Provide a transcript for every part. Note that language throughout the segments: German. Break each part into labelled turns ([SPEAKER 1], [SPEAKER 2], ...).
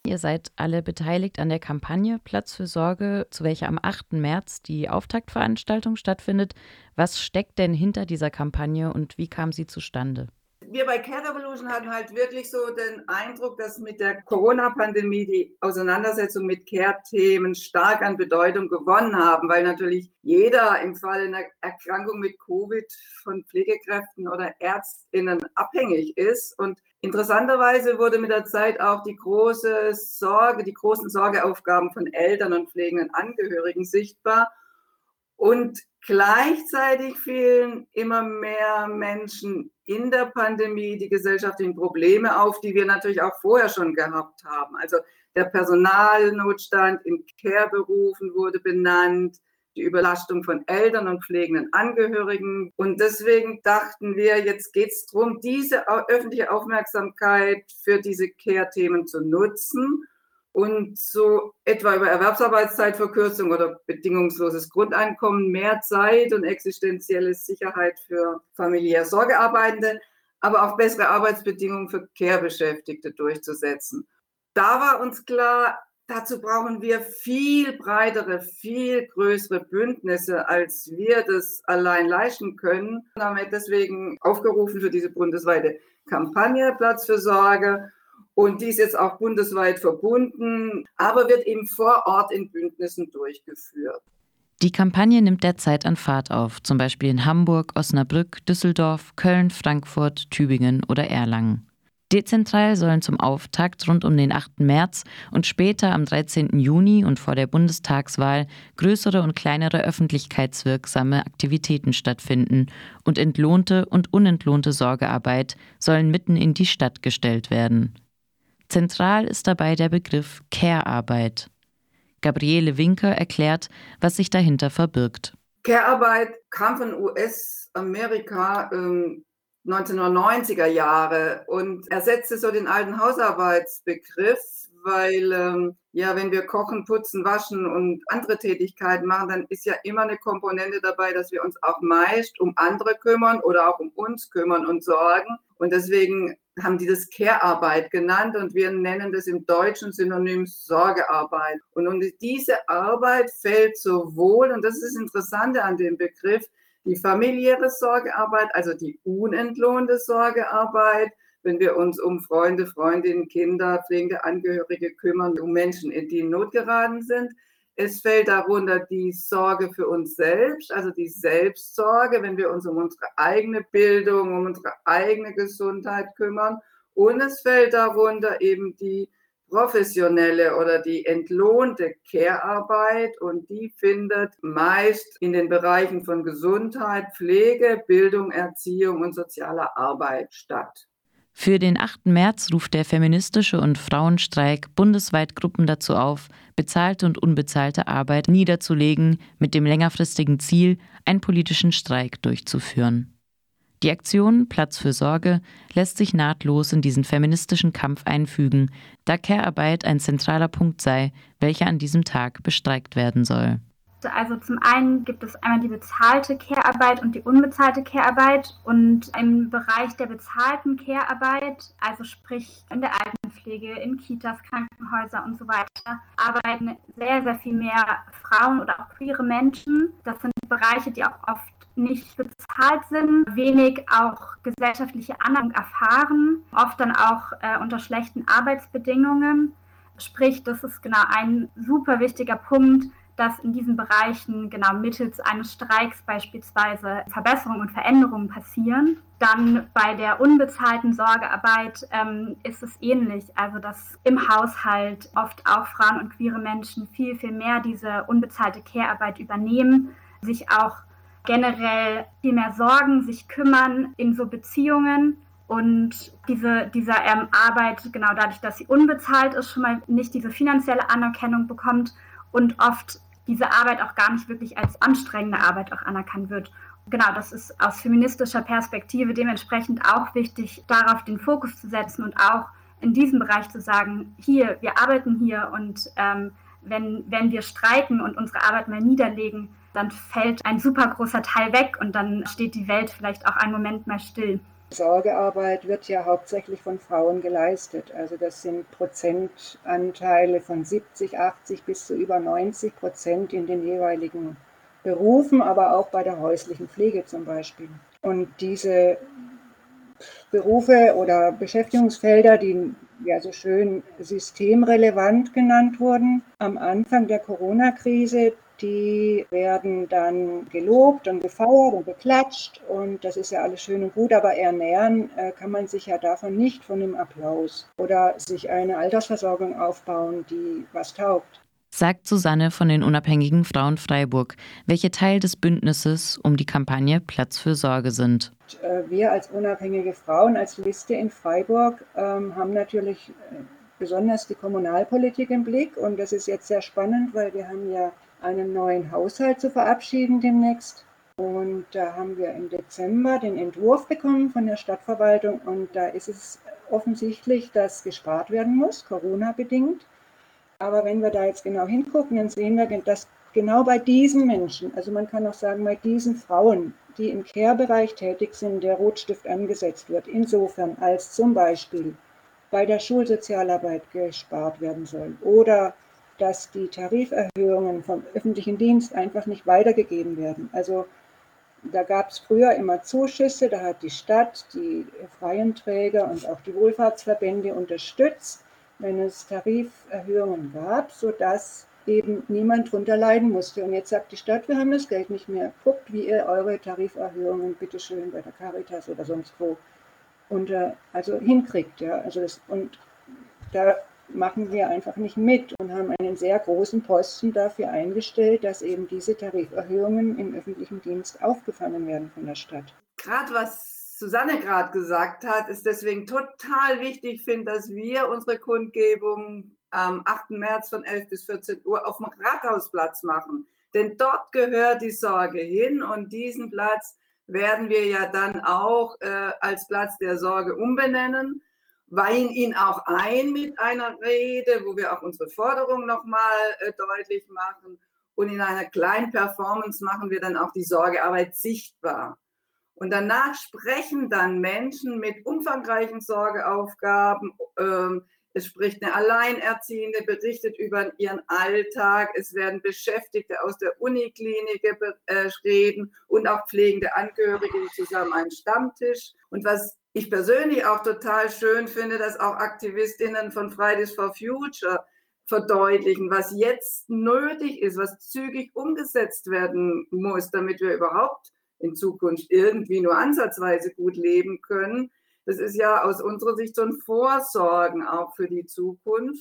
[SPEAKER 1] Ihr seid alle beteiligt an der Kampagne Platz für Sorge, zu welcher am 8. März die Auftaktveranstaltung stattfindet. Was steckt denn hinter dieser Kampagne und wie kam sie zustande?
[SPEAKER 2] Wir bei Care Revolution hatten halt wirklich so den Eindruck, dass mit der Corona-Pandemie die Auseinandersetzung mit Care-Themen stark an Bedeutung gewonnen haben, weil natürlich jeder im Fall einer Erkrankung mit Covid von Pflegekräften oder ÄrztInnen abhängig ist. Und interessanterweise wurde mit der Zeit auch die großen Sorgeaufgaben von Eltern und pflegenden Angehörigen sichtbar. Und gleichzeitig fielen immer mehr Menschen in der Pandemie die gesellschaftlichen Probleme auf, die wir natürlich auch vorher schon gehabt haben. Also der Personalnotstand in Care-Berufen wurde benannt, die Überlastung von Eltern und pflegenden Angehörigen. Und deswegen dachten wir, jetzt geht es darum, diese öffentliche Aufmerksamkeit für diese Care-Themen zu nutzen und so etwa über Erwerbsarbeitszeitverkürzung oder bedingungsloses Grundeinkommen mehr Zeit und existenzielle Sicherheit für familiär Sorgearbeitende, aber auch bessere Arbeitsbedingungen für Care-Beschäftigte durchzusetzen. Da war uns klar, dazu brauchen wir viel breitere, viel größere Bündnisse, als wir das allein leisten können. Wir haben deswegen aufgerufen für diese bundesweite Kampagne Platz für Sorge. Und die ist jetzt auch bundesweit verbunden, aber wird eben vor Ort in Bündnissen durchgeführt.
[SPEAKER 1] Die Kampagne nimmt derzeit an Fahrt auf, zum Beispiel in Hamburg, Osnabrück, Düsseldorf, Köln, Frankfurt, Tübingen oder Erlangen. Dezentral sollen zum Auftakt rund um den 8. März und später am 13. Juni und vor der Bundestagswahl größere und kleinere öffentlichkeitswirksame Aktivitäten stattfinden und entlohnte und unentlohnte Sorgearbeit sollen mitten in die Stadt gestellt werden. Zentral ist dabei der Begriff Care-Arbeit. Gabriele Winker erklärt, was sich dahinter verbirgt.
[SPEAKER 2] Care-Arbeit kam von US-Amerika 1990er Jahre und ersetzte so den alten Hausarbeitsbegriff, weil wenn wir kochen, putzen, waschen und andere Tätigkeiten machen, dann ist ja immer eine Komponente dabei, dass wir uns auch meist um andere kümmern oder auch um uns kümmern und sorgen. Und deswegen haben die das Care-Arbeit genannt und wir nennen das im Deutschen Synonym Sorgearbeit. Und diese Arbeit fällt sowohl, und das ist das Interessante an dem Begriff, die familiäre Sorgearbeit, also die unentlohnte Sorgearbeit, wenn wir uns um Freunde, Freundinnen, Kinder, pflegende Angehörige kümmern, um Menschen, die in Not geraten sind. Es fällt darunter die Sorge für uns selbst, also die Selbstsorge, wenn wir uns um unsere eigene Bildung, um unsere eigene Gesundheit kümmern. Und es fällt darunter eben die professionelle oder die entlohnte Care-Arbeit und die findet meist in den Bereichen von Gesundheit, Pflege, Bildung, Erziehung und sozialer Arbeit statt.
[SPEAKER 1] Für den 8. März ruft der feministische und Frauenstreik bundesweit Gruppen dazu auf, bezahlte und unbezahlte Arbeit niederzulegen, mit dem längerfristigen Ziel, einen politischen Streik durchzuführen. Die Aktion Platz für Sorge lässt sich nahtlos in diesen feministischen Kampf einfügen, da Care-Arbeit ein zentraler Punkt sei, welcher an diesem Tag bestreikt werden soll.
[SPEAKER 3] Also zum einen gibt es einmal die bezahlte Care-Arbeit und die unbezahlte Care-Arbeit. Und im Bereich der bezahlten Care-Arbeit, also sprich in der Altenpflege, in Kitas, Krankenhäuser und so weiter, arbeiten sehr, sehr viel mehr Frauen oder auch queere Menschen. Das sind Bereiche, die auch oft nicht bezahlt sind, wenig auch gesellschaftliche Anerkennung erfahren, oft dann auch unter schlechten Arbeitsbedingungen. Sprich, das ist genau ein super wichtiger Punkt, dass in diesen Bereichen genau mittels eines Streiks beispielsweise Verbesserungen und Veränderungen passieren. Dann bei der unbezahlten Sorgearbeit ist es ähnlich, also dass im Haushalt oft auch Frauen und queere Menschen viel, viel mehr diese unbezahlte Care-Arbeit übernehmen, sich auch generell viel mehr sorgen, sich kümmern in so Beziehungen. Und dieser Arbeit, genau dadurch, dass sie unbezahlt ist, schon mal nicht diese finanzielle Anerkennung bekommt und oft diese Arbeit auch gar nicht wirklich als anstrengende Arbeit auch anerkannt wird. Genau, das ist aus feministischer Perspektive dementsprechend auch wichtig, darauf den Fokus zu setzen und auch in diesem Bereich zu sagen, hier, wir arbeiten hier und wenn wir streiken und unsere Arbeit mal niederlegen, dann fällt ein super großer Teil weg und dann steht die Welt vielleicht auch einen Moment mal still.
[SPEAKER 4] Sorgearbeit wird ja hauptsächlich von Frauen geleistet. Also das sind Prozentanteile von 70, 80 bis zu über 90% in den jeweiligen Berufen, aber auch bei der häuslichen Pflege zum Beispiel. Und diese Berufe oder Beschäftigungsfelder, die ja so schön systemrelevant genannt wurden, am Anfang der Corona-Krise, die werden dann gelobt und gefeiert und beklatscht und das ist ja alles schön und gut, aber ernähren kann man sich ja davon nicht, von dem Applaus oder sich eine Altersversorgung aufbauen, die was taugt.
[SPEAKER 1] Sagt Susanne von den Unabhängigen Frauen Freiburg, welche Teil des Bündnisses um die Kampagne Platz für Sorge sind.
[SPEAKER 4] Wir als unabhängige Frauen, als Liste in Freiburg, haben natürlich besonders die Kommunalpolitik im Blick und das ist jetzt sehr spannend, weil wir haben ja einen neuen Haushalt zu verabschieden demnächst und da haben wir im Dezember den Entwurf bekommen von der Stadtverwaltung und da ist es offensichtlich, dass gespart werden muss, Corona-bedingt. Aber wenn wir da jetzt genau hingucken, dann sehen wir, dass genau bei diesen Menschen, also man kann auch sagen, bei diesen Frauen, die im Care-Bereich tätig sind, der Rotstift angesetzt wird. Insofern, als zum Beispiel bei der Schulsozialarbeit gespart werden soll oder dass die Tariferhöhungen vom öffentlichen Dienst einfach nicht weitergegeben werden. Also da gab es früher immer Zuschüsse, da hat die Stadt, die freien Träger und auch die Wohlfahrtsverbände unterstützt, wenn es Tariferhöhungen gab, sodass eben niemand drunter leiden musste. Und jetzt sagt die Stadt, wir haben das Geld nicht mehr. Guckt, wie ihr eure Tariferhöhungen bitteschön bei der Caritas oder sonst wo also hinkriegt. Ja? Und da machen wir einfach nicht mit und haben einen sehr großen Posten dafür eingestellt, dass eben diese Tariferhöhungen im öffentlichen Dienst aufgefangen werden von der Stadt.
[SPEAKER 2] Gerade was Susanne gerade gesagt hat, ist deswegen total wichtig, ich finde, dass wir unsere Kundgebung am 8. März von 11 bis 14 Uhr auf dem Rathausplatz machen. Denn dort gehört die Sorge hin und diesen Platz werden wir ja dann auch als Platz der Sorge umbenennen, weihen ihn auch ein mit einer Rede, wo wir auch unsere Forderung nochmal deutlich machen. Und in einer kleinen Performance machen wir dann auch die Sorgearbeit sichtbar. Und danach sprechen dann Menschen mit umfangreichen Sorgeaufgaben. Es spricht eine Alleinerziehende, berichtet über ihren Alltag. Es werden Beschäftigte aus der Uniklinik reden und auch pflegende Angehörige, die zusammen einen Stammtisch. Und was ich persönlich auch total schön finde, dass auch Aktivistinnen von Fridays for Future verdeutlichen, was jetzt nötig ist, was zügig umgesetzt werden muss, damit wir überhaupt in Zukunft irgendwie nur ansatzweise gut leben können. Das ist ja aus unserer Sicht so ein Vorsorgen auch für die Zukunft.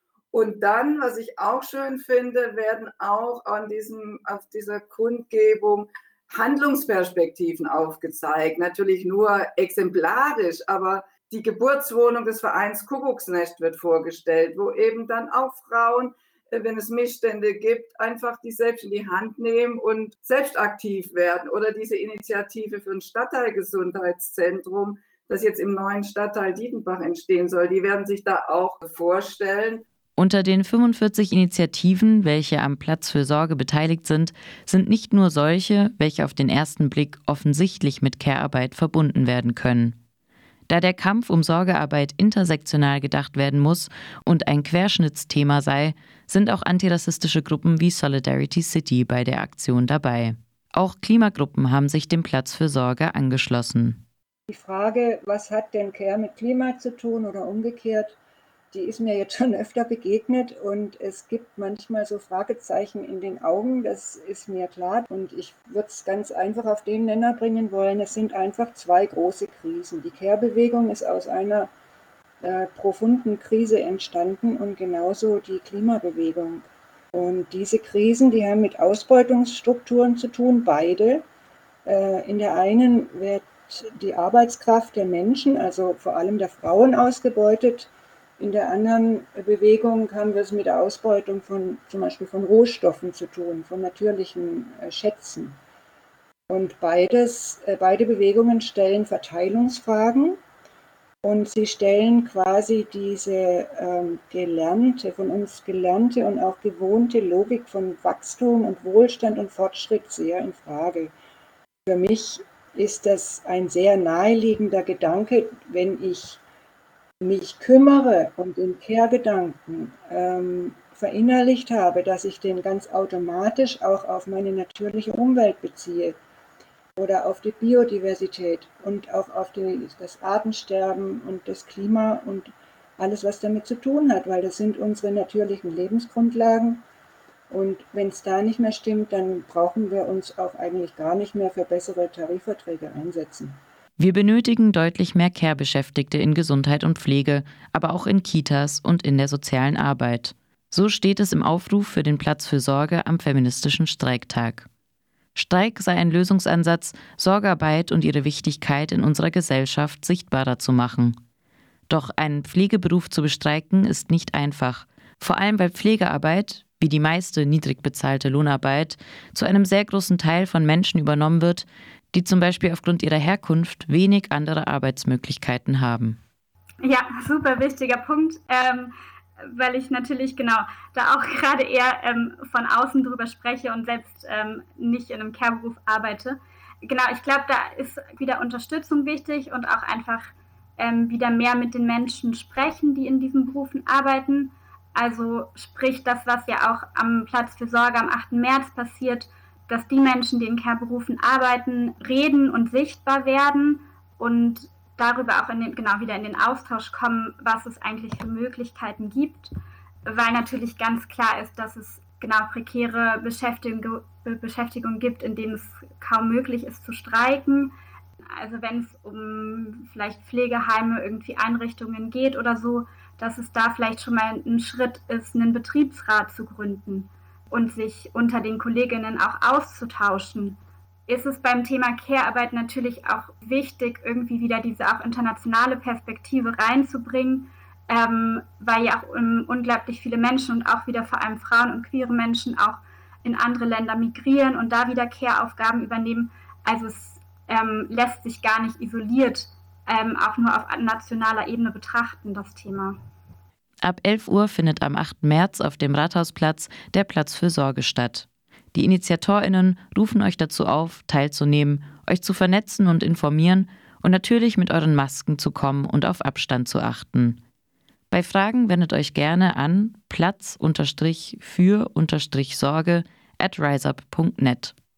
[SPEAKER 2] Und dann, was ich auch schön finde, werden auch auf dieser Kundgebung Handlungsperspektiven aufgezeigt. Natürlich nur exemplarisch, aber die Geburtswohnung des Vereins Kuckucksnest wird vorgestellt, wo eben dann auch Frauen, wenn es Missstände gibt, einfach die selbst in die Hand nehmen und selbst aktiv werden. Oder diese Initiative für ein Stadtteilgesundheitszentrum, das jetzt im neuen Stadtteil Dietenbach entstehen soll, die werden sich da auch vorstellen.
[SPEAKER 1] Unter den 45 Initiativen, welche am Platz für Sorge beteiligt sind nicht nur solche, welche auf den ersten Blick offensichtlich mit Care-Arbeit verbunden werden können. Da der Kampf um Sorgearbeit intersektional gedacht werden muss und ein Querschnittsthema sei, sind auch antirassistische Gruppen wie Solidarity City bei der Aktion dabei. Auch Klimagruppen haben sich dem Platz für Sorge angeschlossen.
[SPEAKER 4] Die Frage, was hat denn Care mit Klima zu tun oder umgekehrt, die ist mir jetzt schon öfter begegnet und es gibt manchmal so Fragezeichen in den Augen, das ist mir klar. Und ich würde es ganz einfach auf den Nenner bringen wollen, es sind einfach zwei große Krisen. Die Care-Bewegung ist aus einer profunden Krise entstanden und genauso die Klimabewegung. Und diese Krisen, die haben mit Ausbeutungsstrukturen zu tun, beide. In der einen wird die Arbeitskraft der Menschen, also vor allem der Frauen, ausgebeutet. In der anderen Bewegung haben wir es mit der Ausbeutung zum Beispiel von Rohstoffen zu tun, von natürlichen Schätzen. Und beide Bewegungen stellen Verteilungsfragen und sie stellen quasi diese von uns gelernte und auch gewohnte Logik von Wachstum und Wohlstand und Fortschritt sehr in Frage. Für mich ist das ein sehr naheliegender Gedanke, wenn ich mich kümmere und den Care-Gedanken verinnerlicht habe, dass ich den ganz automatisch auch auf meine natürliche Umwelt beziehe oder auf die Biodiversität und auch auf das Artensterben und das Klima und alles, was damit zu tun hat, weil das sind unsere natürlichen Lebensgrundlagen. Und wenn es da nicht mehr stimmt, dann brauchen wir uns auch eigentlich gar nicht mehr für bessere Tarifverträge einsetzen.
[SPEAKER 1] Wir benötigen deutlich mehr Care-Beschäftigte in Gesundheit und Pflege, aber auch in Kitas und in der sozialen Arbeit. So steht es im Aufruf für den Platz für Sorge am feministischen Streiktag. Streik sei ein Lösungsansatz, Sorgearbeit und ihre Wichtigkeit in unserer Gesellschaft sichtbarer zu machen. Doch einen Pflegeberuf zu bestreiken ist nicht einfach, vor allem weil Pflegearbeit, wie die meiste niedrig bezahlte Lohnarbeit, zu einem sehr großen Teil von Menschen übernommen wird, die zum Beispiel aufgrund ihrer Herkunft wenig andere Arbeitsmöglichkeiten haben.
[SPEAKER 3] Ja, super wichtiger Punkt, weil ich natürlich da auch gerade eher von außen drüber spreche und selbst nicht in einem Care-Beruf arbeite. Genau, ich glaube, da ist wieder Unterstützung wichtig und auch einfach wieder mehr mit den Menschen sprechen, die in diesen Berufen arbeiten. Also sprich das, was ja auch am Platz für Sorge am 8. März passiert, dass die Menschen, die in Care-Berufen arbeiten, reden und sichtbar werden und darüber auch wieder in den Austausch kommen, was es eigentlich für Möglichkeiten gibt, weil natürlich ganz klar ist, dass es prekäre Beschäftigung gibt, in denen es kaum möglich ist zu streiken. Also wenn es um vielleicht Pflegeheime, irgendwie Einrichtungen geht oder so, dass es da vielleicht schon mal ein Schritt ist, einen Betriebsrat zu gründen und sich unter den Kolleginnen auch auszutauschen. Ist es beim Thema Care-Arbeit natürlich auch wichtig, irgendwie wieder diese auch internationale Perspektive reinzubringen, weil ja auch unglaublich viele Menschen und auch wieder vor allem Frauen und queere Menschen auch in andere Länder migrieren und da wieder Care-Aufgaben übernehmen. Also es lässt sich gar nicht isoliert auch nur auf nationaler Ebene betrachten, das Thema.
[SPEAKER 1] Ab 11 Uhr findet am 8. März auf dem Rathausplatz der Platz für Sorge statt. Die InitiatorInnen rufen euch dazu auf, teilzunehmen, euch zu vernetzen und informieren und natürlich mit euren Masken zu kommen und auf Abstand zu achten. Bei Fragen wendet euch gerne an platz-für-sorge@riseup.net.